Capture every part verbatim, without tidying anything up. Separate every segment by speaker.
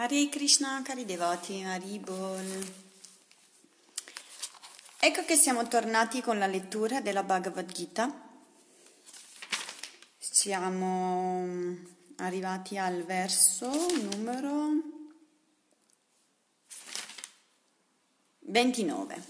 Speaker 1: Hare Krishna, cari devoti, Haribol. Ecco che siamo tornati con la lettura della Bhagavad Gita. Siamo arrivati al verso numero ventinove,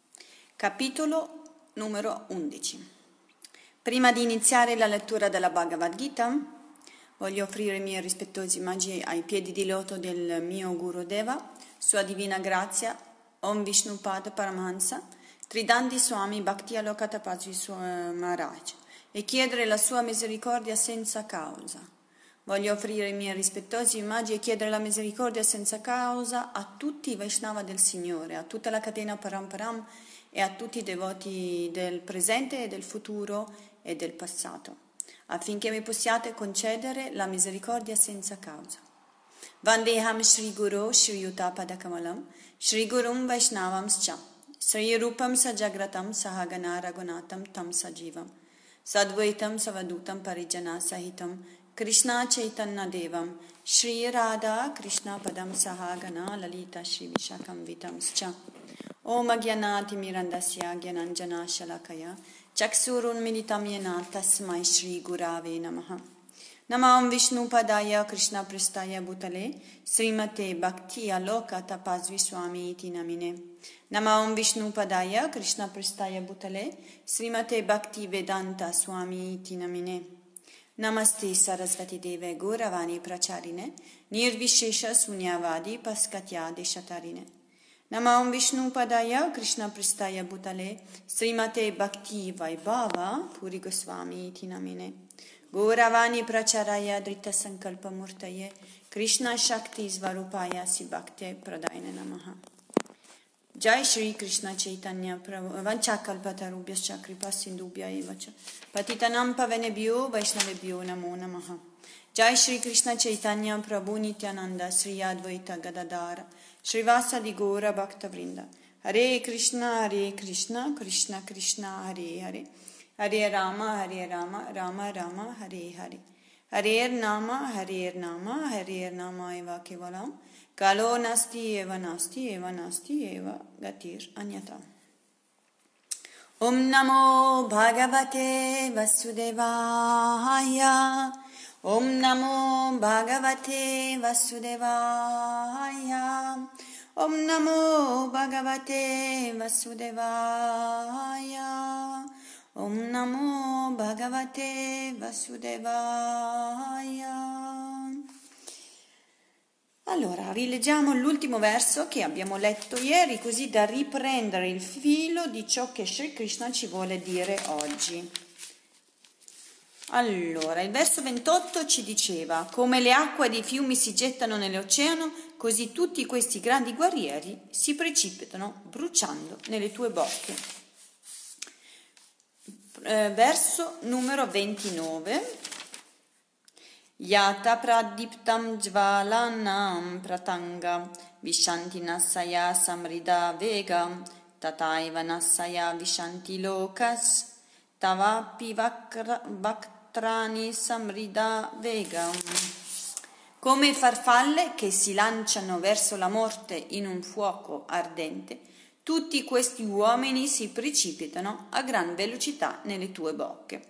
Speaker 1: capitolo numero undici. Prima di iniziare la lettura della Bhagavad Gita, voglio offrire i miei rispettosi omaggi ai piedi di loto del mio Guru Deva, Sua Divina Grazia, Om Vishnupada Paramahansa, Tridandi Swami Bhakti Aloka Tapasvi Maharaj, e chiedere la sua misericordia senza causa. Voglio offrire i miei rispettosi omaggi e chiedere la misericordia senza causa a tutti i Vaishnava del Signore, a tutta la catena Paramparam e a tutti i devoti del presente e del futuro e del passato, affinché mi possiate concedere la misericordia senza causa. Vandeham Shri Guru Shri Yuta Padakamalam Shri Gurum Vaishnavam Scha Sri Rupam Sajagratam Sahagana Raghunatam Tam Sajivam Sadvaitam Savadutam Parijana Sahitam Krishna Chaitanya Devam Shri Radha Krishna Padam Sahagana Lalita Shri Vishakam Vitam Scha Om Agyanati Mirandasya Gyananjana Shalakaya Chaksurun Militam Yena Tasmai Shri Gurave Namaha. Namam Vishnu Padaya Krishna Prestaya Bhutale Srimate Bhakti Aloka Tapasvi Swami Iti Namine. Namam Vishnu Padaya Krishna Prestaya Bhutale Srimate Bhakti Vedanta Swami Iti Namine. Namaste Sarasvati Deve Gauravani Pracharine Nirvishesha Sunyavadi Paskatya Deshatarine. Namam Vishnu Padaya Krishna Prestaya Bhutale Srimate Bhakti Vaibhava Puri Goswami Iti Namine. Gauravani Pracharaya Dritta Sankalpa Murtaye Krishna Shakti Svarupaya Sibhakte Pradayane Namaha. Jai Shri Krishna Chaitanya Prabhu Vanchakalpatarubhyascha Kripa Sindubhya Evacha Patitanam Pavenebhyo Vaishnavebhyo Namo Namaha. Jai Shri Krishna Chaitanya Prabhu Nityananda Sri Advaita Gadadara Srivasa di Gaura Bhakta Vrinda. Hare Krishna Hare Krishna Krishna Krishna Hare Hare Hare Rama Hare Rama Rama Rama Hare Hare. Hare Nama Hare Nama Hare Nama Eva Kevalam Kalo Nasti Eva Nasti Eva Nasti Eva Gatir Anyata. Om Namo Bhagavate Vasudevaya. Om Namo Bhagavate Vasudevaya. Om Namo Bhagavate Vasudevaya. Om Namo Bhagavate Vasudevaya. Allora, rileggiamo l'ultimo verso che abbiamo letto ieri, così da riprendere il filo di ciò che Sri Krishna ci vuole dire oggi. Allora, il verso ventotto ci diceva: come le acque dei fiumi si gettano nell'oceano, così tutti questi grandi guerrieri si precipitano bruciando nelle tue bocche. Eh, verso numero ventinove. Yata pradiptam jvalanam pratanga vishanti nasaya samrida vega tataiva nasaya vishanti lokas tavapi vaktrani samrida vega. Come farfalle che si lanciano verso la morte in un fuoco ardente, tutti questi uomini si precipitano a gran velocità nelle tue bocche.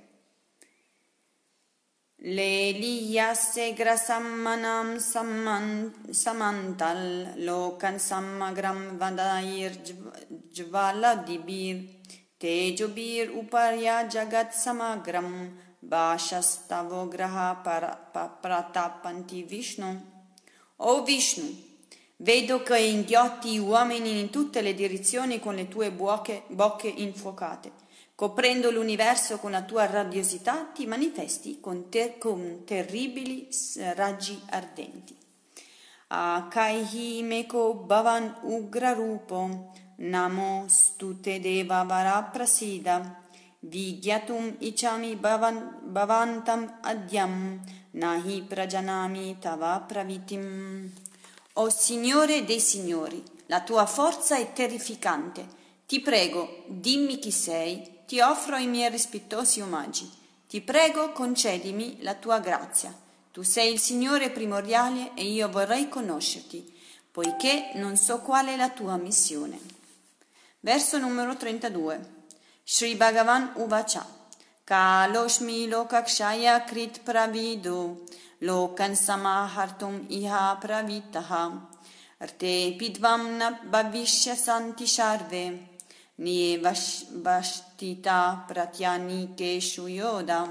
Speaker 1: Le liyasse grasammanam samantal lokan samagram vadair jvaladibir tejobir uparya jagat samagram bhashastavo graha pratapanti Vishnu. O Vishnu, vedo che inghiotti uomini in tutte le direzioni con le tue bocche, bocche infuocate. Coprendo l'universo con la tua radiosità, ti manifesti con, ter- con terribili raggi ardenti. Akaihi meko bhavan ugrarupo, namo stute deva vara prasida, vigyatum ichami bhavan, bhavantam adyam, nahi prajanami tava pravitim. O Signore dei Signori, la tua forza è terrificante. Ti prego, dimmi chi sei. Ti offro i miei rispettosi omaggi. Ti prego, concedimi la tua grazia. Tu sei il Signore primordiale e io vorrei conoscerti, poiché non so qual è la tua missione. Verso numero trentadue. Sri Bhagavan Uvacha. Kaloshmi lokakshaya krit pravido lokan samahartum iha pravitaha arte pidvam na bhavishya santi sharve ni vashtita pratyanike shuyoda.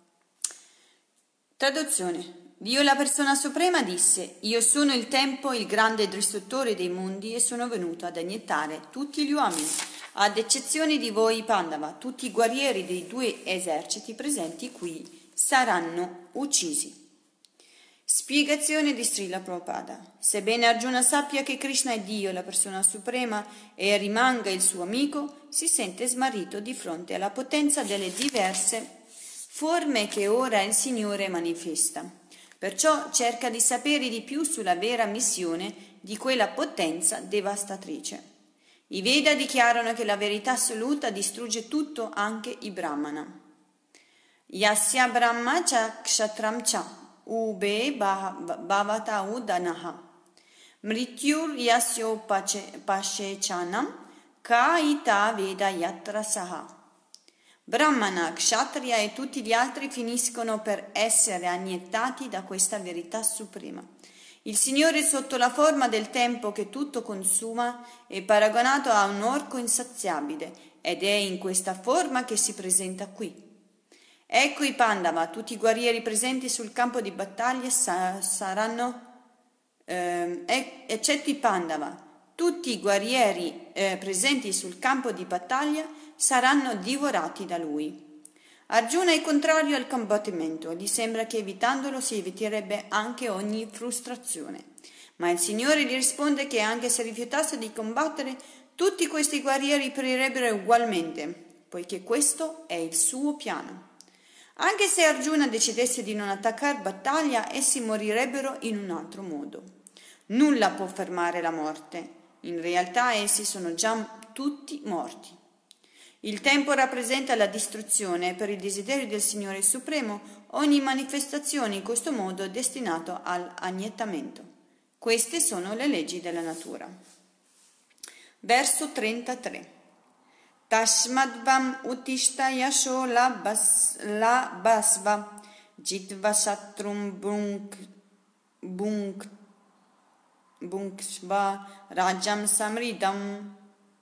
Speaker 1: Traduzione. Dio, la persona suprema, disse: Io sono il tempo, il grande distruttore dei mondi, e sono venuto ad annientare tutti gli uomini, ad eccezione di voi Pandava. Tutti i guerrieri dei due eserciti presenti qui saranno uccisi. Spiegazione di Srila Prabhupada. Sebbene Arjuna sappia che Krishna è Dio, la persona suprema, e rimanga il suo amico, si sente smarrito di fronte alla potenza delle diverse forme che ora il Signore manifesta. Perciò cerca di sapere di più sulla vera missione di quella potenza devastatrice. I Veda dichiarano che la verità assoluta distrugge tutto, anche i Brahmana. Yasya Brahma cha kshatram cha ube bhavata udanaha mrityur yasyo pashechanam ka ita veda yatra saha. Brahmana, Kshatriya e tutti gli altri finiscono per essere annientati da questa verità suprema. Il Signore, sotto la forma del tempo che tutto consuma, è paragonato a un orco insaziabile, ed è in questa forma che si presenta qui. Ecco i Pandava, tutti i guerrieri presenti sul campo di battaglia sa- saranno, eh, eccetto i Pandava, tutti i guerrieri eh, presenti sul campo di battaglia saranno divorati da lui. Arjuna è contrario al combattimento, gli sembra che evitandolo si eviterebbe anche ogni frustrazione. Ma il Signore gli risponde che anche se rifiutasse di combattere, tutti questi guerrieri perirebbero ugualmente, poiché questo è il suo piano. Anche se Arjuna decidesse di non attaccare battaglia, essi morirebbero in un altro modo. Nulla può fermare la morte. In realtà essi sono già tutti morti. Il tempo rappresenta la distruzione e per il desiderio del Signore Supremo ogni manifestazione in questo modo è destinato all'annientamento. Queste sono le leggi della natura. Verso trentatré. Tashmadvam utishta yasho la basva jitva satrum bunk bunk bunkshva rajam samridam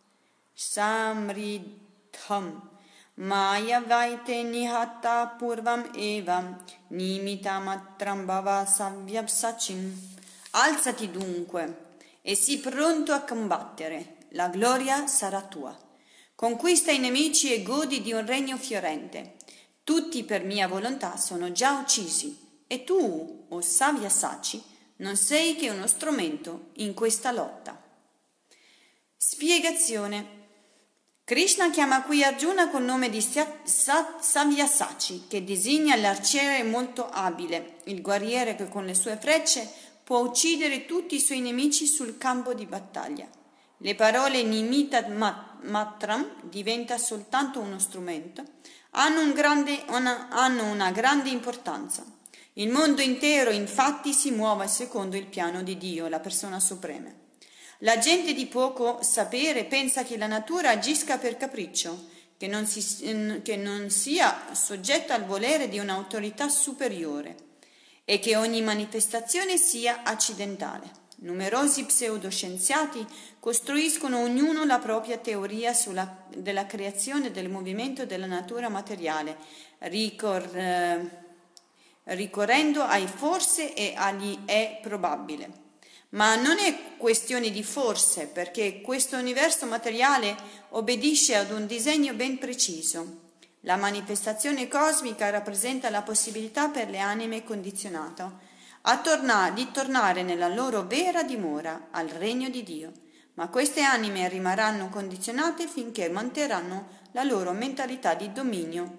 Speaker 1: samrid Maya vaite nihata purvam eva nimita matram bhava savyapsachim. Alzati dunque e sii pronto a combattere, la gloria sarà tua. Conquista i nemici e godi di un regno fiorente. Tutti per mia volontà sono già uccisi e tu, o Savyasachi, non sei che uno strumento in questa lotta. Spiegazione. Krishna chiama qui Arjuna col nome di Savyasachi, che designa l'arciere molto abile, il guerriere che con le sue frecce può uccidere tutti i suoi nemici sul campo di battaglia. Le parole Nimitat Matram diventa soltanto uno strumento, hanno, un grande, una, hanno una grande importanza. Il mondo intero infatti si muove secondo il piano di Dio, la persona suprema. La gente di poco sapere pensa che la natura agisca per capriccio, che non, si, che non sia soggetta al volere di un'autorità superiore e che ogni manifestazione sia accidentale. Numerosi pseudoscienziati costruiscono ognuno la propria teoria sulla, della creazione e del movimento della natura materiale, ricor, eh, ricorrendo ai forse e agli è probabile. Ma non è questione di forse, perché questo universo materiale obbedisce ad un disegno ben preciso. La manifestazione cosmica rappresenta la possibilità per le anime condizionate a torna- di tornare nella loro vera dimora, al regno di Dio. Ma queste anime rimarranno condizionate finché manterranno la loro mentalità di dominio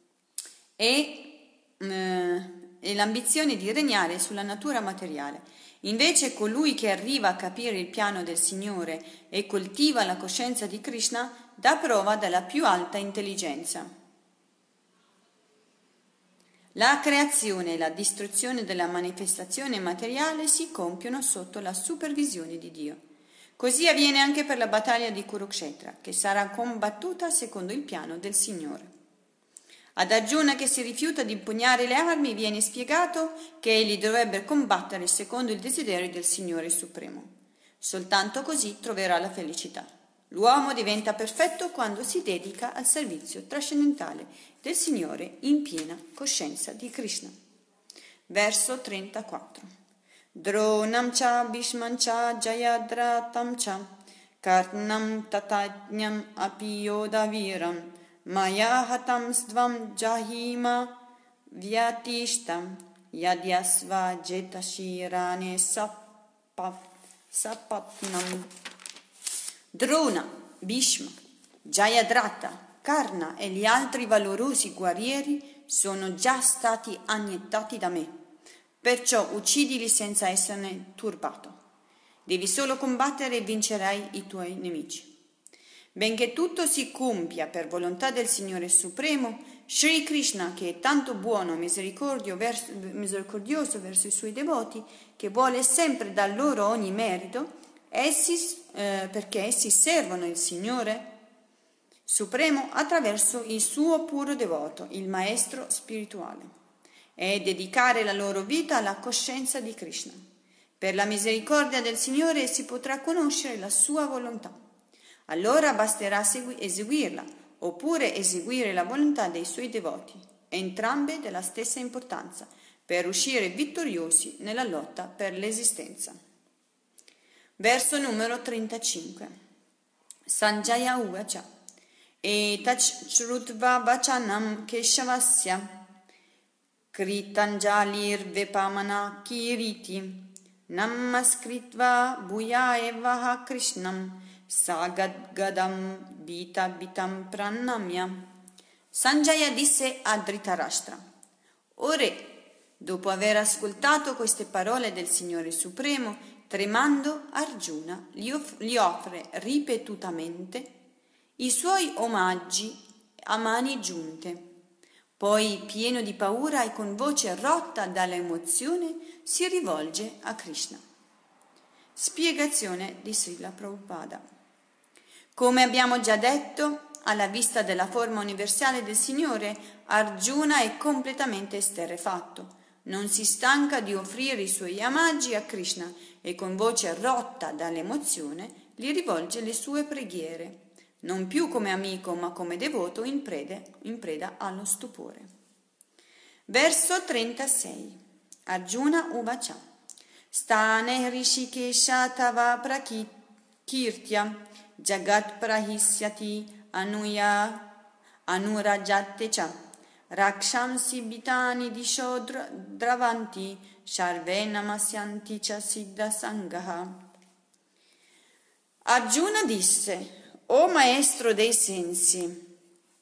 Speaker 1: e, eh, e l'ambizione di regnare sulla natura materiale. Invece colui che arriva a capire il piano del Signore e coltiva la coscienza di Krishna dà prova della più alta intelligenza. La creazione e la distruzione della manifestazione materiale si compiono sotto la supervisione di Dio. Così avviene anche per la battaglia di Kurukshetra, che sarà combattuta secondo il piano del Signore. Ad Arjuna, che si rifiuta di impugnare le armi, viene spiegato che egli dovrebbe combattere secondo il desiderio del Signore Supremo. Soltanto così troverà la felicità. L'uomo diventa perfetto quando si dedica al servizio trascendentale del Signore in piena coscienza di Krishna. Verso trentaquattro. Dronam cha bhishman cha jayadratam cha karnam tatanyam api yodaviram maya hatam sdvam jahima vyatishtam yadyasva jetashirane sapatnam. Drona, Bhishma, Jayadratha, Karna e gli altri valorosi guerrieri sono già stati annientati da me, perciò uccidili senza esserne turbato. Devi solo combattere e vincerai i tuoi nemici. Benché tutto si compia per volontà del Signore Supremo, Sri Krishna, che è tanto buono e misericordio verso, misericordioso verso i suoi devoti, che vuole sempre dar loro ogni merito, essi, eh, perché essi servono il Signore Supremo attraverso il suo puro devoto, il maestro spirituale, e dedicare la loro vita alla coscienza di Krishna. Per la misericordia del Signore si potrà conoscere la sua volontà. Allora basterà segui- eseguirla, oppure eseguire la volontà dei suoi devoti, entrambe della stessa importanza, per uscire vittoriosi nella lotta per l'esistenza. Verso numero trentacinque. Sanjaya uvacha etach shrutva vachanam keshavasya kritanjalir vepamana kiriti namaskritva bhuyaevaha krishnam sagadgadam vita vitam pranamya. Sanjaya disse a Dhritarashtra: O re, dopo aver ascoltato queste parole del Signore Supremo, tremando, Arjuna gli, off- gli offre ripetutamente i suoi omaggi a mani giunte. Poi, pieno di paura e con voce rotta dall'emozione, si rivolge a Krishna. Spiegazione di Srila Prabhupada. Come abbiamo già detto, alla vista della forma universale del Signore, Arjuna è completamente esterrefatto. Non si stanca di offrire i suoi omaggi a Krishna e con voce rotta dall'emozione gli rivolge le sue preghiere, non più come amico ma come devoto in, prede, in preda allo stupore. Verso trentasei. Arjuna Uvacha Stane Rishikesha Tava Prakirtya Jagat Prahisyati Anuya Anurajate Cha Rakshamsi Bitani Disho Dravanti Sharve Namasyanti Cha Siddha Sangaha. Arjuna disse: O maestro dei sensi,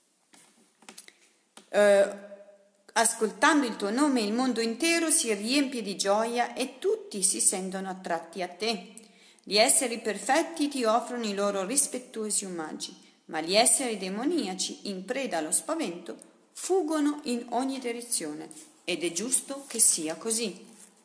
Speaker 1: eh, ascoltando il tuo nome il mondo intero si riempie di gioia e tutti si sentono attratti a te. Gli esseri perfetti ti offrono i loro rispettosi omaggi, ma gli esseri demoniaci in preda allo spavento fuggono in ogni direzione, ed è giusto che sia così.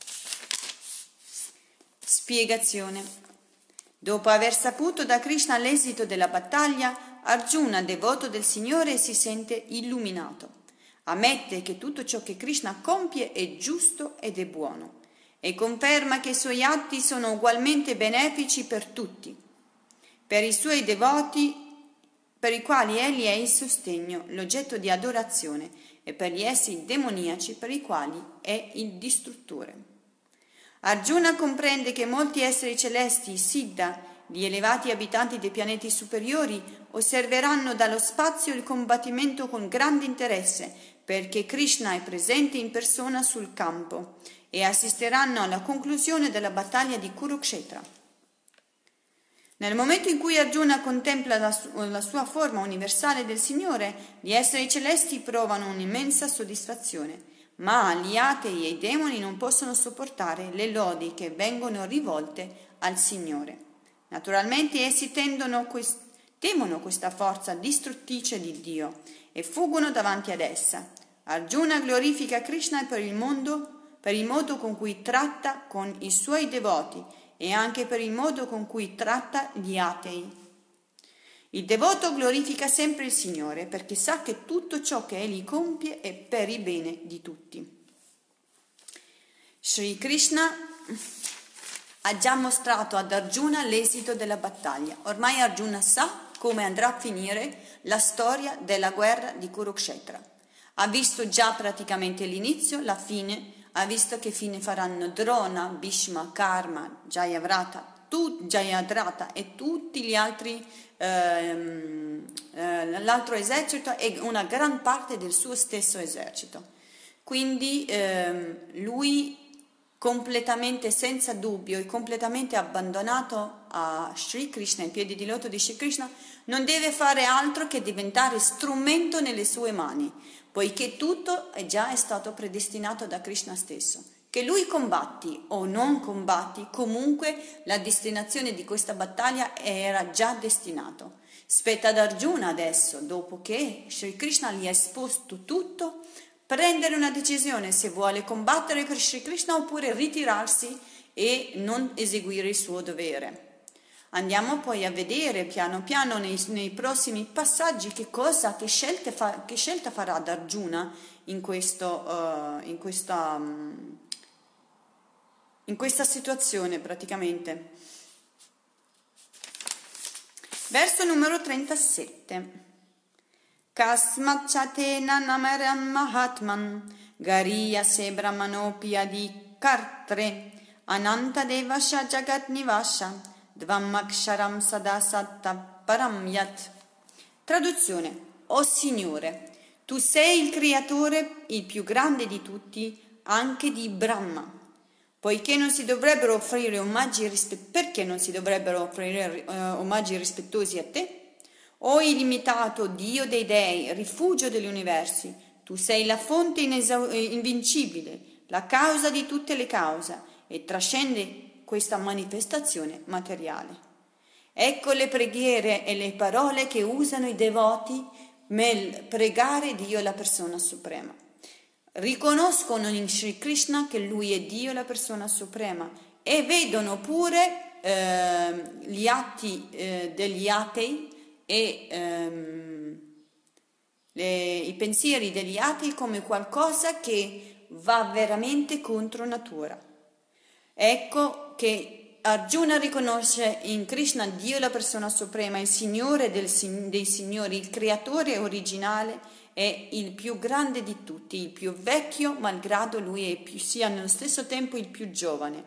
Speaker 1: Spiegazione. Dopo aver saputo da Krishna l'esito della battaglia, Arjuna, devoto del Signore, si sente illuminato. Ammette che tutto ciò che Krishna compie è giusto ed è buono e conferma che i suoi atti sono ugualmente benefici per tutti. Per i suoi devoti, per i quali egli è il sostegno, l'oggetto di adorazione, e per gli esseri demoniaci per i quali è il distruttore. Arjuna comprende che molti esseri celesti, Siddha, gli elevati abitanti dei pianeti superiori, osserveranno dallo spazio il combattimento con grande interesse, perché Krishna è presente in persona sul campo, e assisteranno alla conclusione della battaglia di Kurukshetra. Nel momento in cui Arjuna contempla la, su- la sua forma universale del Signore, gli esseri celesti provano un'immensa soddisfazione, ma gli atei e i demoni non possono sopportare le lodi che vengono rivolte al Signore. Naturalmente essi tendono quest- temono questa forza distruttrice di Dio e fuggono davanti ad essa. Arjuna glorifica Krishna per il mondo, per il modo con cui tratta con i suoi devoti e anche per il modo con cui tratta gli atei. Il devoto glorifica sempre il Signore perché sa che tutto ciò che egli compie è per il bene di tutti. Sri Krishna ha già mostrato ad Arjuna l'esito della battaglia. Ormai Arjuna sa come andrà a finire la storia della guerra di Kurukshetra. Ha visto già praticamente l'inizio, la fine, ha visto che fine faranno Drona, Bhishma, Karma, Jayavrata, tu, Jayadratha e tutti gli altri Ehm, eh, l'altro esercito e una gran parte del suo stesso esercito. Quindi ehm, lui completamente senza dubbio e completamente abbandonato a Sri Krishna, ai piedi di loto di Sri Krishna, non deve fare altro che diventare strumento nelle sue mani, poiché tutto è già è stato predestinato da Krishna stesso. Che lui combatti o non combatti, comunque la destinazione di questa battaglia era già destinato. Spetta ad Arjuna adesso, dopo che Sri Krishna gli ha esposto tutto, prendere una decisione se vuole combattere per Sri Krishna oppure ritirarsi e non eseguire il suo dovere. Andiamo poi a vedere piano piano nei, nei prossimi passaggi che cosa, che, scelte fa, che scelta farà Arjuna in, questo, uh, in questa... Um, in questa situazione praticamente. Verso numero trentasette. Kasmat chatena namaram mahatman gariya se brahmanopya di kartre ananta devasha jagat nivasha dvammaksharam sadasatta param yat. Traduzione: O Signore, tu sei il creatore, il più grande di tutti, anche di Brahma. Poiché non si dovrebbero offrire omaggi rispe- perché non si dovrebbero offrire uh, omaggi rispettosi a te? O illimitato Dio dei dei, rifugio degli universi, tu sei la fonte inesau- invincibile, la causa di tutte le cause e trascende questa manifestazione materiale. Ecco le preghiere e le parole che usano i devoti nel pregare Dio, la persona suprema. Riconoscono in Sri Krishna che lui è Dio, la persona suprema, e vedono pure eh, gli atti eh, degli atei e ehm, le, i pensieri degli atei come qualcosa che va veramente contro natura. Ecco che Arjuna riconosce in Krishna Dio, la persona suprema, il Signore del, dei Signori, il creatore originale, è il più grande di tutti, il più vecchio, malgrado lui è più, sia nello stesso tempo il più giovane.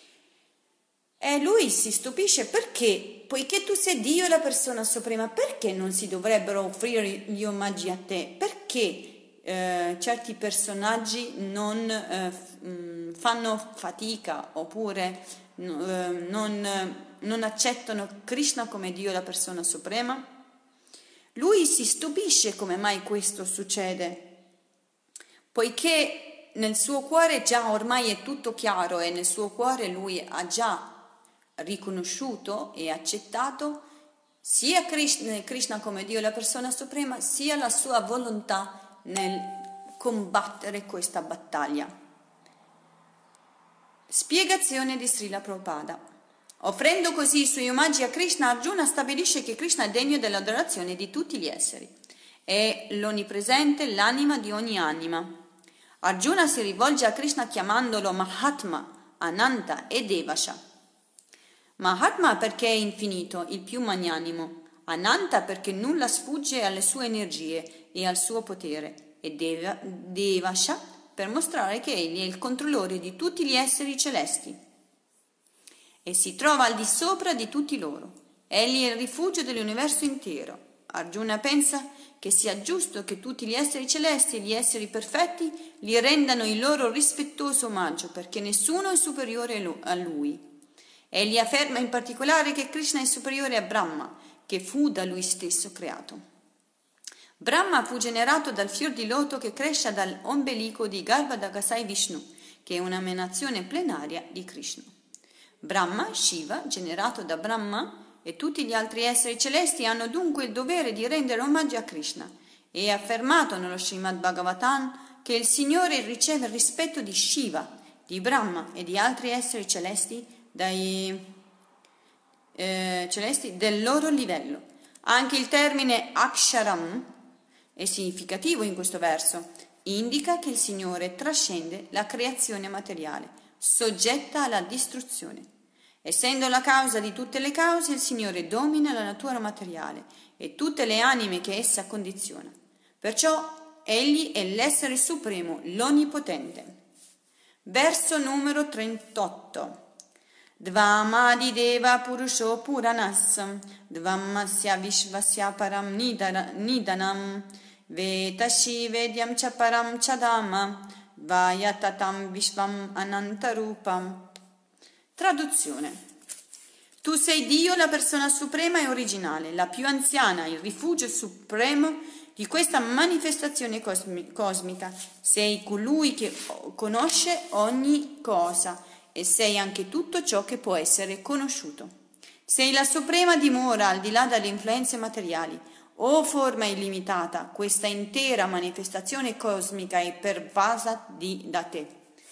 Speaker 1: E lui si stupisce perché, poiché tu sei Dio, la persona suprema, perché non si dovrebbero offrire gli omaggi a te? Perché eh, certi personaggi non eh, f- fanno fatica oppure eh, non, non accettano Krishna come Dio, la persona suprema? Lui si stupisce come mai questo succede, poiché nel suo cuore già ormai è tutto chiaro e nel suo cuore lui ha già riconosciuto e accettato sia Krishna, Krishna come Dio, la persona suprema, sia la sua volontà nel combattere questa battaglia. Spiegazione di Srila Prabhupada. Offrendo così i suoi omaggi a Krishna, Arjuna stabilisce che Krishna è degno dell'adorazione di tutti gli esseri. È l'onnipresente, l'anima di ogni anima. Arjuna si rivolge a Krishna chiamandolo Mahatma, Ananta e Devasha. Mahatma perché è infinito, il più magnanimo. Ananta perché nulla sfugge alle sue energie e al suo potere. E Deva, Devasha per mostrare che egli è il controllore di tutti gli esseri celesti e si trova al di sopra di tutti loro. Egli è il rifugio dell'universo intero. Arjuna pensa che sia giusto che tutti gli esseri celesti e gli esseri perfetti gli rendano il loro rispettoso omaggio, perché nessuno è superiore a lui. Egli afferma in particolare che Krishna è superiore a Brahma, che fu da lui stesso creato. Brahma fu generato dal fior di loto che cresce dall'ombelico di Garbhadagasai Vishnu, che è un'emanazione plenaria di Krishna. Brahma, Shiva, generato da Brahma, e tutti gli altri esseri celesti hanno dunque il dovere di rendere omaggio a Krishna. È affermato nello Srimad Bhagavatam che il Signore riceve il rispetto di Shiva, di Brahma e di altri esseri celesti, dai, eh, celesti del loro livello. Anche il termine Aksharam è significativo in questo verso. Indica che il Signore trascende la creazione materiale, soggetta alla distruzione. Essendo la causa di tutte le cause, il Signore domina la natura materiale e tutte le anime che essa condiziona. Perciò Egli è l'essere supremo, l'onnipotente. Verso numero trentotto. Dvamadi deva purusho puranas, dvammasya vishvasya param nidanam, vetashi vedyam cha param chadama, vayatatam vishvam anantarupam. Traduzione. Tu sei Dio, la persona suprema e originale, la più anziana, il rifugio supremo di questa manifestazione cosmi- cosmica. Sei colui che conosce ogni cosa e sei anche tutto ciò che può essere conosciuto. Sei la suprema dimora al di là delle influenze materiali. O forma illimitata, questa intera manifestazione cosmica è pervasa di, da te.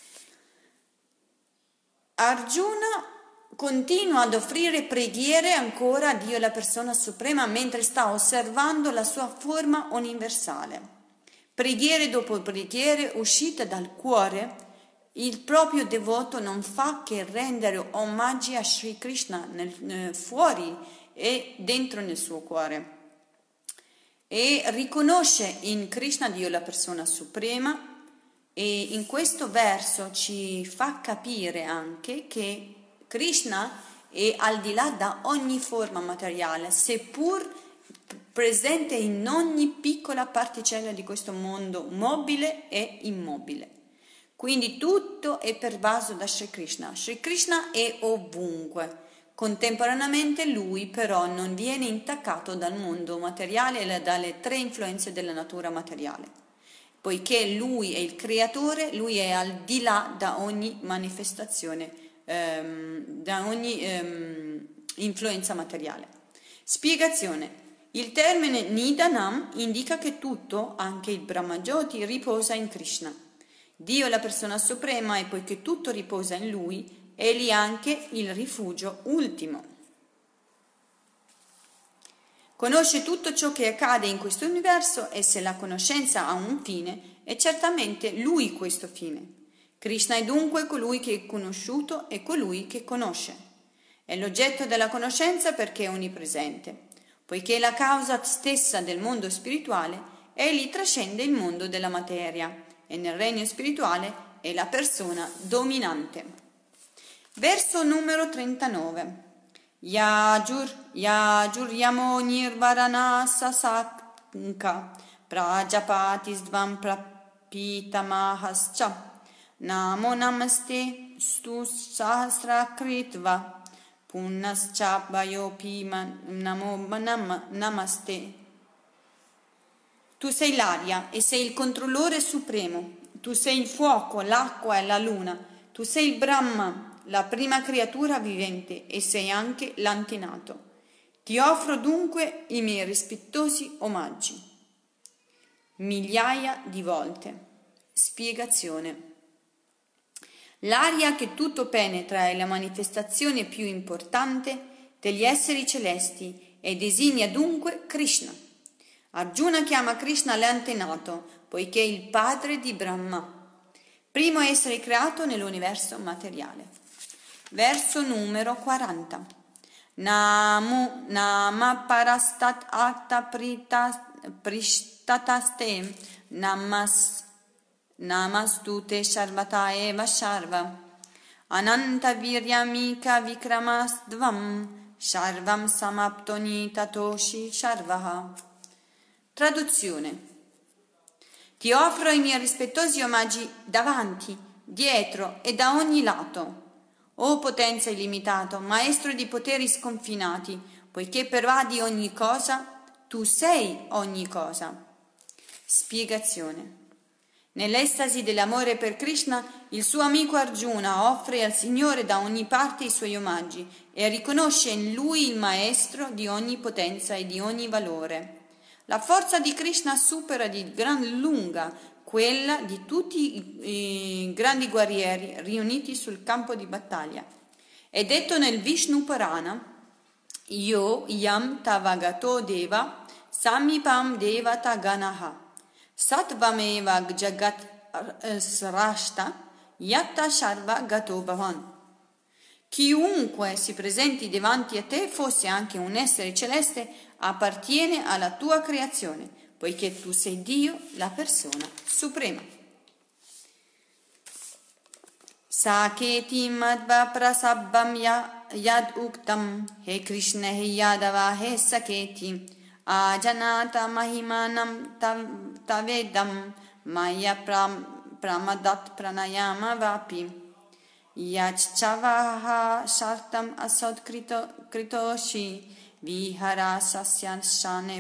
Speaker 1: Arjuna continua ad offrire preghiere ancora a Dio, la persona suprema, mentre sta osservando la sua forma universale. Preghiere dopo preghiere uscite dal cuore, il proprio devoto non fa che rendere omaggi a Sri Krishna nel, eh, fuori e dentro nel suo cuore. E riconosce in Krishna Dio, la persona suprema. E in questo verso ci fa capire anche che Krishna è al di là da ogni forma materiale, seppur presente in ogni piccola particella di questo mondo mobile e immobile. Quindi tutto è pervaso da Sri Krishna. Sri Krishna è ovunque. Contemporaneamente lui però non viene intaccato dal mondo materiale e dalle tre influenze della natura materiale. Poiché lui è il creatore, lui è al di là da ogni manifestazione, ehm, da ogni ehm, influenza materiale. Spiegazione. Il termine Nidanam indica che tutto, anche il Brahmajyoti, riposa in Krishna. Dio è la persona suprema e poiché tutto riposa in lui, egli è anche il rifugio ultimo. Conosce tutto ciò che accade in questo universo e se la conoscenza ha un fine, è certamente lui questo fine. Krishna è dunque colui che è conosciuto e colui che conosce. È l'oggetto della conoscenza perché è onnipresente. Poiché è la causa stessa del mondo spirituale, egli trascende il mondo della materia e nel regno spirituale è la persona dominante. Verso numero trentanove. Yajur, Yajur Yamo Nirvarana Sasanka Prajapatisdvam Prapitamahascha Namo Namaste Stu Sahasra Kritva Punnascha Vayopi Namo Namaste. Tu sei l'aria e sei il controllore supremo. Tu sei il fuoco, l'acqua e la luna. Tu sei il Brahma, la prima creatura vivente, e sei anche l'antenato. Ti offro dunque i miei rispettosi omaggi. Migliaia di volte. Spiegazione. L'aria che tutto penetra è la manifestazione più importante degli esseri celesti e designa dunque Krishna. Arjuna chiama Krishna l'antenato, poiché è il padre di Brahma, primo essere creato nell'universo materiale. Verso numero quaranta. Namu nama parastat akta prishtataste namas namastute sharvata eva sharva ananta viryamika vikramasdvam sharvam samaptoni tatoshi sharvaha. Traduzione. Ti offro i miei rispettosi omaggi davanti, dietro e da ogni lato. O potenza illimitata, maestro di poteri sconfinati, poiché pervadi ogni cosa, tu sei ogni cosa. Spiegazione. Nell'estasi dell'amore per Krishna, il suo amico Arjuna offre al Signore da ogni parte i suoi omaggi e riconosce in lui il maestro di ogni potenza e di ogni valore. La forza di Krishna supera di gran lunga quella di tutti i, i grandi guerrieri riuniti sul campo di battaglia. È detto nel Vishnu Purana: Yo yam tavagato deva samipam devata ganaha satvameva jagat srashta yatta sharva gato bhavan. Chiunque si presenti davanti a te, fosse anche un essere celeste, appartiene alla tua creazione, poiché tu sei Dio, la persona suprema. Saketi madhva prasabbam yad uktam he Krishna he Yadava he Saketi ajanata mahimanam tavedam maya pramadat pranayama vapi Yachchavaha shartam asod kritoshi vihara sasyan shane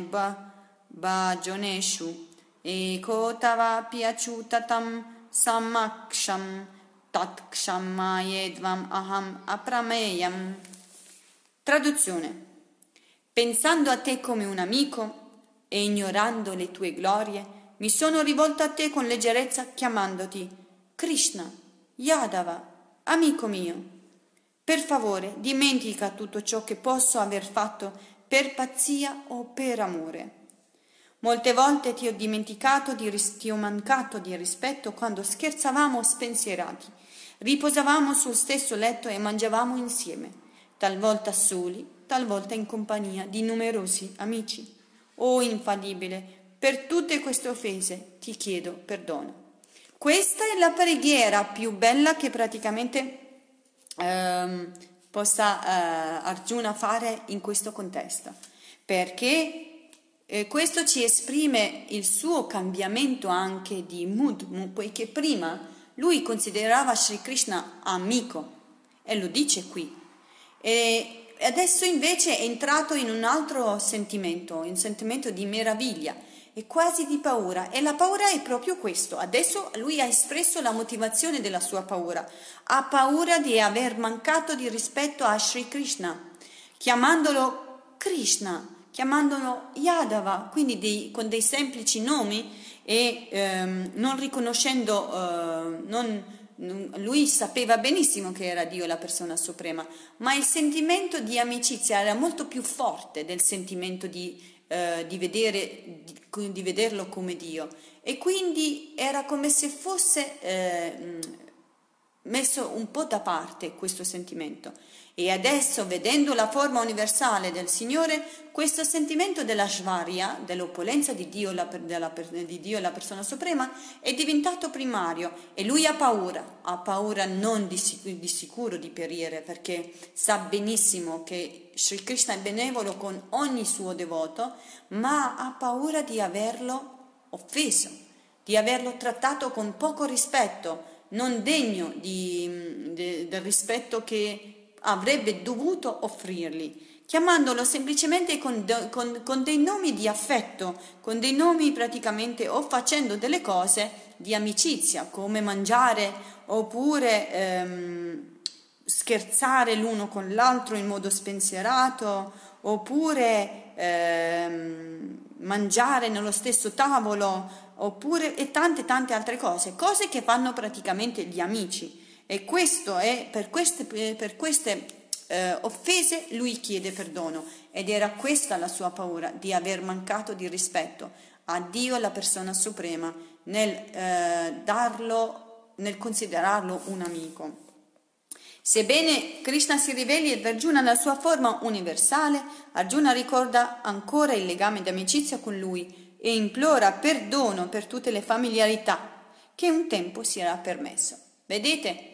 Speaker 1: bhajoneshu eko tava piachutatam samaksham tatkshamajedvam aham aprameyam. Traduzione: pensando a te come un amico e ignorando le tue glorie, mi sono rivolto a te con leggerezza chiamandoti Krishna, Yadava, amico mio. Per favore, dimentica tutto ciò che posso aver fatto per pazzia o per amore. Molte volte ti ho dimenticato, di ris- ti ho mancato di rispetto quando scherzavamo spensierati, riposavamo sul stesso letto e mangiavamo insieme, talvolta soli, talvolta in compagnia di numerosi amici. O infallibile, per tutte queste offese ti chiedo perdono. Questa è la preghiera più bella che praticamente ehm, possa eh, Arjuna fare in questo contesto, perché eh, questo ci esprime il suo cambiamento anche di mood, poiché prima lui considerava Sri Krishna amico, e lo dice qui, e adesso invece è entrato in un altro sentimento, un sentimento di meraviglia e quasi di paura, e la paura è proprio questo. Adesso lui ha espresso la motivazione della sua paura, ha paura di aver mancato di rispetto a Sri Krishna, chiamandolo Krishna, chiamandolo Yadava, quindi dei, con dei semplici nomi e ehm, non riconoscendo, eh, non, non, lui sapeva benissimo che era Dio la persona suprema, ma il sentimento di amicizia era molto più forte del sentimento di Uh, di, vedere, di, di vederlo come Dio, e quindi era come se fosse eh, messo un po' da parte questo sentimento. E adesso, vedendo la forma universale del Signore, questo sentimento della Shvarya, dell'opulenza di Dio, la, della, di Dio la persona suprema, è diventato primario, e lui ha paura, ha paura non di, di sicuro di perire, perché sa benissimo che Sri Krishna è benevolo con ogni suo devoto, ma ha paura di averlo offeso, di averlo trattato con poco rispetto, non degno di, de, del rispetto che avrebbe dovuto offrirgli, chiamandolo semplicemente con, de, con, con dei nomi di affetto, con dei nomi praticamente, o facendo delle cose di amicizia, come mangiare, oppure ehm, scherzare l'uno con l'altro in modo spensierato, oppure ehm, mangiare nello stesso tavolo, oppure e tante tante altre cose, cose che fanno praticamente gli amici. E questo è per queste, per queste eh, offese lui chiede perdono, ed era questa la sua paura, di aver mancato di rispetto a Dio, la persona suprema, nel eh, darlo, nel considerarlo un amico. Sebbene Krishna si riveli ad Arjuna nella sua forma universale, Arjuna ricorda ancora il legame di amicizia con lui e implora perdono per tutte le familiarità che un tempo si era permesso. Vedete?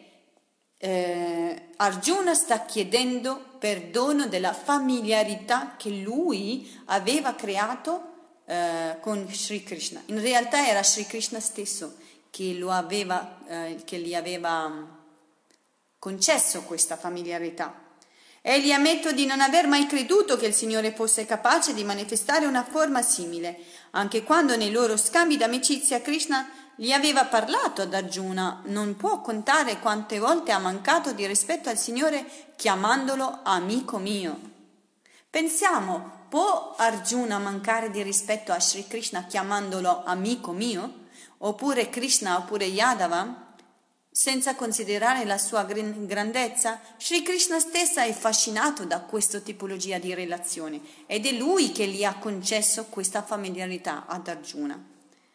Speaker 1: Eh, Arjuna sta chiedendo perdono della familiarità che lui aveva creato eh, con Sri Krishna. In realtà era Sri Krishna stesso che, lo aveva, eh, che gli aveva concesso questa familiarità. Egli ammette di non aver mai creduto che il Signore fosse capace di manifestare una forma simile, anche quando nei loro scambi d'amicizia Krishna gli aveva parlato ad Arjuna. Non può contare quante volte ha mancato di rispetto al Signore chiamandolo amico mio. Pensiamo, può Arjuna mancare di rispetto a Sri Krishna chiamandolo amico mio? oppure Krishna, oppure Yadava, senza considerare la sua grandezza? Sri Krishna stessa è affascinato da questa tipologia di relazione ed è lui che gli ha concesso questa familiarità ad Arjuna.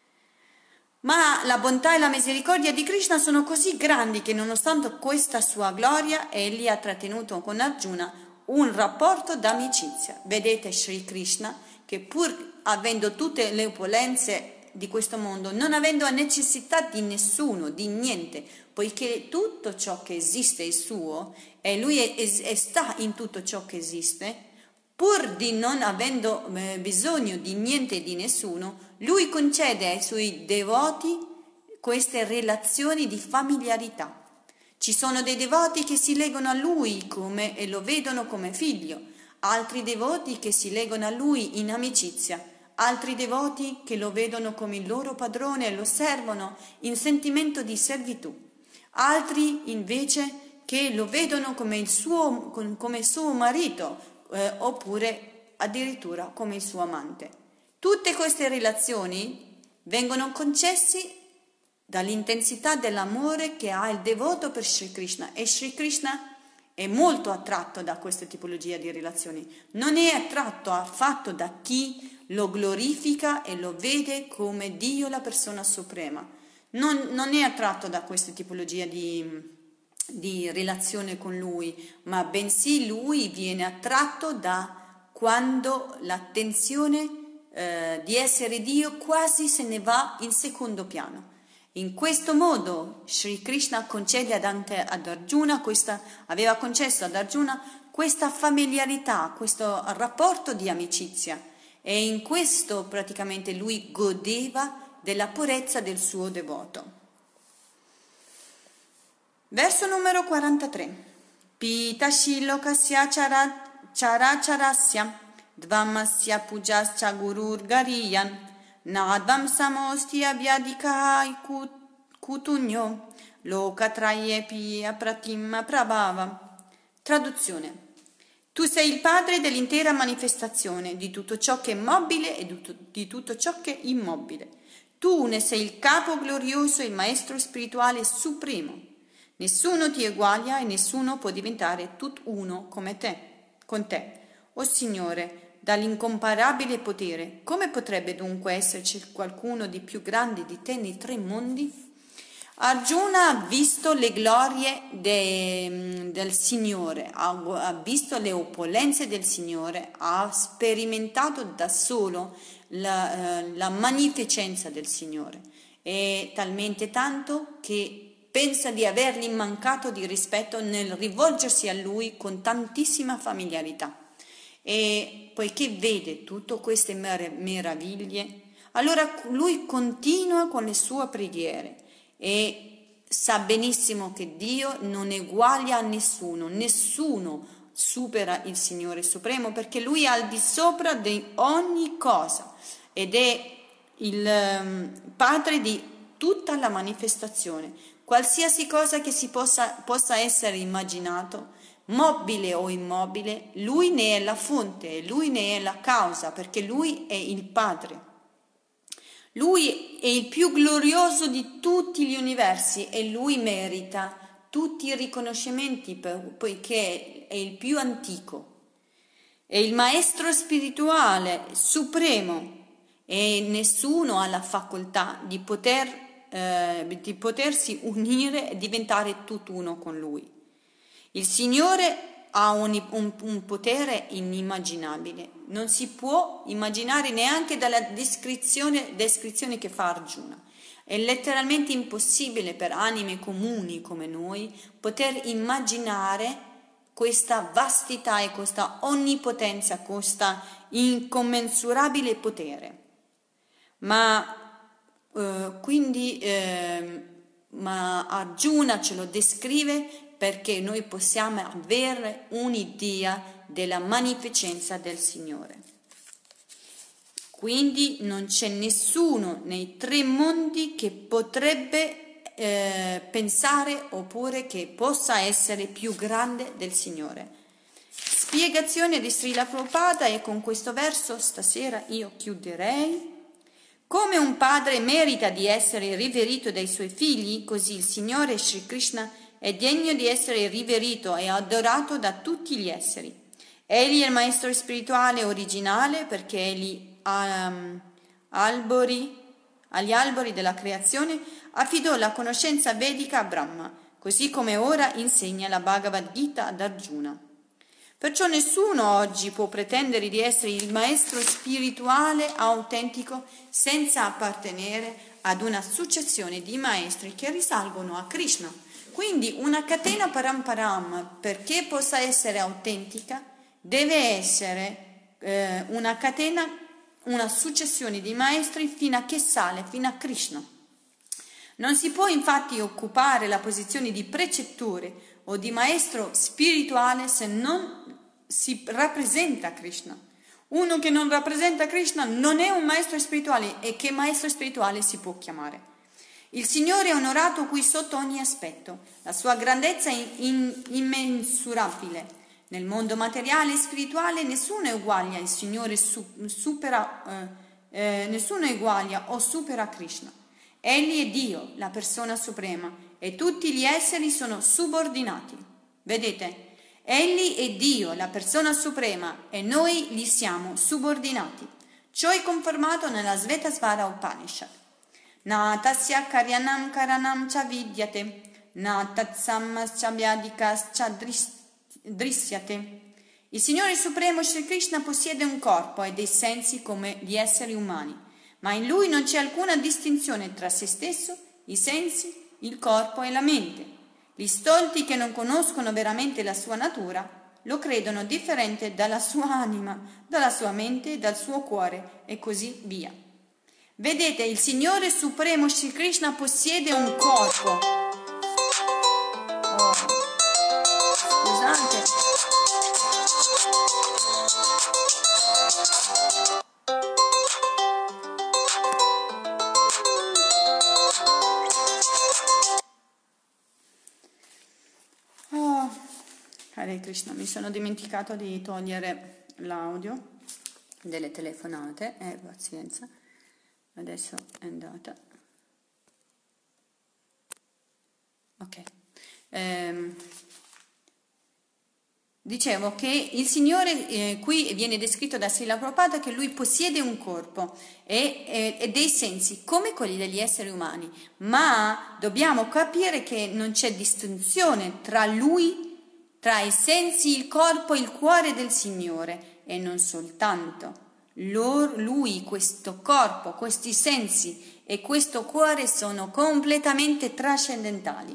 Speaker 1: Ma la bontà e la misericordia di Krishna sono così grandi che nonostante questa sua gloria, egli ha trattenuto con Arjuna un rapporto d'amicizia. Vedete Sri Krishna che pur avendo tutte le opulenze di questo mondo, non avendo necessità di nessuno, di niente, poiché tutto ciò che esiste è suo e lui è, è, è sta in tutto ciò che esiste, pur di non avendo eh, bisogno di niente e di nessuno, lui concede ai suoi devoti queste relazioni di familiarità. Ci sono dei devoti che si legano a lui come, e lo vedono come figlio, altri devoti che si legano a lui in amicizia, altri devoti che lo vedono come il loro padrone e lo servono in sentimento di servitù, altri invece che lo vedono come il suo, come il suo marito, Eh, oppure addirittura come il suo amante. Tutte queste relazioni vengono concesse dall'intensità dell'amore che ha il devoto per Sri Krishna e Sri Krishna è molto attratto da questa tipologia di relazioni. Non è attratto affatto da chi lo glorifica e lo vede come Dio, la persona suprema. Non, non è attratto da questa tipologia di di relazione con lui, ma bensì lui viene attratto da quando l'attenzione eh, di essere Dio quasi se ne va in secondo piano. In questo modo Sri Krishna concede ad, anche ad Arjuna questa, aveva concesso ad Arjuna questa familiarità, questo rapporto di amicizia e in questo praticamente lui godeva della purezza del suo devoto. Verso numero quarantatré. Pita shilokasya characharasya dvamasya pujascha gurur gariyan nadvam samosti abhyadikahai kutugno lokatraye piya pratimma prabhava. Traduzione. Tu sei il padre dell'intera manifestazione, di tutto ciò che è mobile e di tutto ciò che è immobile. Tu ne sei il capo glorioso e il maestro spirituale supremo. Nessuno ti eguaglia e nessuno può diventare tutt'uno come te, con te. O Signore, dall'incomparabile potere, come potrebbe dunque esserci qualcuno di più grande di te nei tre mondi? Arjuna ha visto le glorie de, del Signore, ha, ha visto le opulenze del Signore, ha sperimentato da solo la, la magnificenza del Signore. E talmente tanto che pensa di avergli mancato di rispetto nel rivolgersi a lui con tantissima familiarità. E poiché vede tutte queste mer- meraviglie, allora lui continua con le sue preghiere e sa benissimo che Dio non eguaglia a nessuno, nessuno supera il Signore Supremo perché lui è al di sopra di ogni cosa ed è il um, padre di tutta la manifestazione. Qualsiasi cosa che si possa, possa essere immaginato, mobile o immobile, lui ne è la fonte, lui ne è la causa, perché lui è il Padre. Lui è il più glorioso di tutti gli universi e lui merita tutti i riconoscimenti poiché è il più antico. È il maestro spirituale supremo e nessuno ha la facoltà di poter Eh, di potersi unire e diventare tutt'uno con lui. Il Signore ha un, un, un potere inimmaginabile, non si può immaginare neanche dalla descrizione, descrizione che fa Arjuna. È letteralmente impossibile per anime comuni come noi poter immaginare questa vastità e questa onnipotenza, questa incommensurabile potere. Ma Uh, quindi eh, ma Arjuna ce lo descrive perché noi possiamo avere un'idea della magnificenza del Signore. Quindi non c'è nessuno nei tre mondi che potrebbe eh, pensare oppure che possa essere più grande del Signore. Spiegazione di Srila Prabhupada e con questo verso stasera io chiuderei. Come un padre merita di essere riverito dai suoi figli, così il Signore Sri Krishna è degno di essere riverito e adorato da tutti gli esseri. Egli è il maestro spirituale originale perché egli um, albori, agli albori della creazione affidò la conoscenza vedica a Brahma, così come ora insegna la Bhagavad Gita ad Arjuna. Perciò nessuno oggi può pretendere di essere il maestro spirituale autentico senza appartenere ad una successione di maestri che risalgono a Krishna. Quindi una catena paramparam, perché possa essere autentica, deve essere eh, una catena, una successione di maestri fino a che sale, fino a Krishna. Non si può infatti occupare la posizione di precettore o di maestro spirituale se non si rappresenta Krishna. Uno che non rappresenta Krishna non è un maestro spirituale, e che maestro spirituale si può chiamare? Il Signore è onorato qui sotto ogni aspetto, la sua grandezza è in, immensurabile. Nel mondo materiale e spirituale nessuno è uguale al Signore, supera, eh, eh, nessuno è uguale o supera Krishna. Egli è Dio, la persona suprema, e tutti gli esseri sono subordinati. Vedete? Egli è Dio, la persona suprema, e noi gli siamo subordinati. Ciò è confermato nella Svetasvara Upanishad. Na tasya karyanam karanam cha vidyate, na tatsammas cha vyadikas cha drisyate. Il Signore Supremo Sri Krishna possiede un corpo e dei sensi come gli esseri umani, ma in Lui non c'è alcuna distinzione tra se stesso, i sensi, il corpo e la mente. Gli stolti che non conoscono veramente la sua natura lo credono differente dalla sua anima, dalla sua mente, dal suo cuore e così via. Vedete, il Signore Supremo Sri Krishna possiede un corpo. Oh, scusate. Oh, Hare Krishna, mi sono dimenticato di togliere l'audio delle telefonate, eh, pazienza. Adesso è andata. Ok. Ehm, dicevo che il Signore, eh, qui viene descritto da Srila Prabhupada che lui possiede un corpo e, e, e dei sensi come quelli degli esseri umani, ma dobbiamo capire che non c'è distinzione tra lui, tra i sensi, il corpo e il cuore del Signore, e non soltanto. Lui, questo corpo, questi sensi e questo cuore sono completamente trascendentali.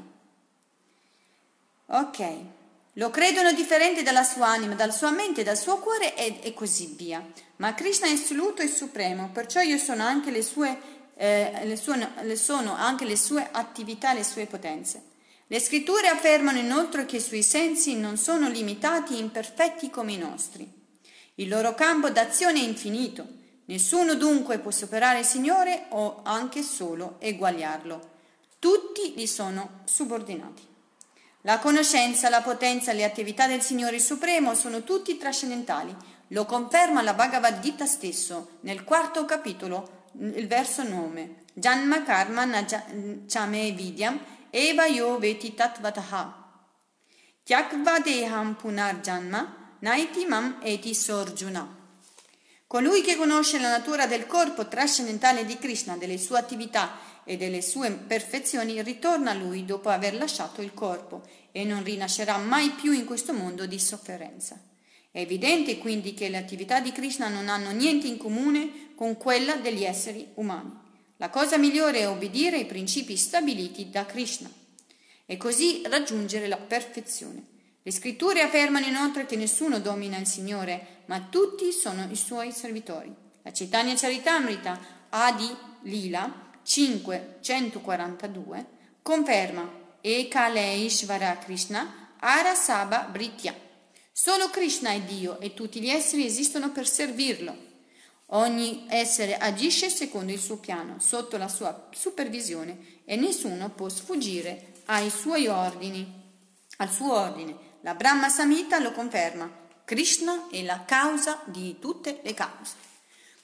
Speaker 1: Ok, lo credono differente dalla sua anima, dalla sua mente, dal suo cuore e, e così via. Ma Krishna è assoluto e supremo, perciò io sono anche le sue, eh, le sue, le sono anche le sue attività, le sue potenze. Le scritture affermano inoltre che i suoi sensi non sono limitati e imperfetti come i nostri. Il loro campo d'azione è infinito. Nessuno dunque può superare il Signore o anche solo eguagliarlo. Tutti gli sono subordinati. La conoscenza, la potenza e le attività del Signore Supremo sono tutti trascendentali. Lo conferma la Bhagavad Gita stesso, nel quarto capitolo, il verso nove. Janma karma na chame vidyam eva yo veti tatvataha. Tyakva deham punar janma Naiti mam eti sorjuna. Colui che conosce la natura del corpo trascendentale di Krishna, delle sue attività e delle sue perfezioni, ritorna a lui dopo aver lasciato il corpo e non rinascerà mai più in questo mondo di sofferenza. È evidente quindi che le attività di Krishna non hanno niente in comune con quella degli esseri umani. La cosa migliore è obbedire ai principi stabiliti da Krishna e così raggiungere la perfezione. Le scritture affermano inoltre che nessuno domina il Signore, ma tutti sono i suoi servitori. La Chaitanya Charitamrita Adi Lila cinque centoquarantadue conferma Ekaleishvara Krishna Arasabha Britya. Solo Krishna è Dio e tutti gli esseri esistono per servirlo. Ogni essere agisce secondo il suo piano, sotto la sua supervisione, e nessuno può sfuggire ai suoi ordini, al suo ordine. La Brahma Samhita lo conferma. Krishna è la causa di tutte le cause.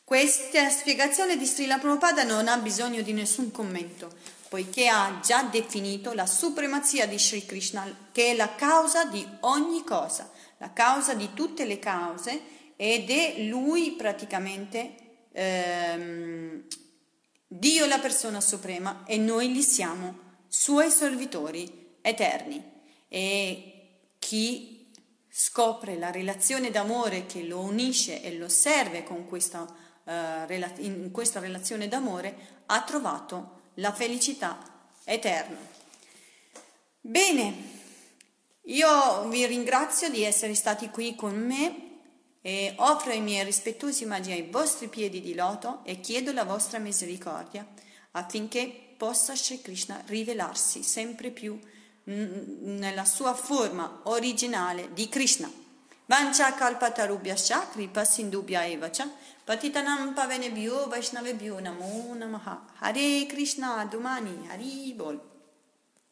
Speaker 1: Questa spiegazione di Srila Prabhupada non ha bisogno di nessun commento, poiché ha già definito la supremazia di Sri Krishna, che è la causa di ogni cosa, la causa di tutte le cause, ed è Lui praticamente ehm, Dio la persona suprema, e noi gli siamo Suoi servitori eterni. E chi scopre la relazione d'amore che lo unisce e lo serve con questa in questa relazione d'amore ha trovato la felicità eterna. Bene, io vi ringrazio di essere stati qui con me e offro i miei rispettosi omaggi ai vostri piedi di loto e chiedo la vostra misericordia affinché possa Sri Krishna rivelarsi sempre più nella sua forma originale di Krishna. Vancha kalpatarubhyascha kripa sindubhya evacha patitanam pavanebhyo vaishnavebhyo namo namaha. Hare Krishna Dumani Hari Bol.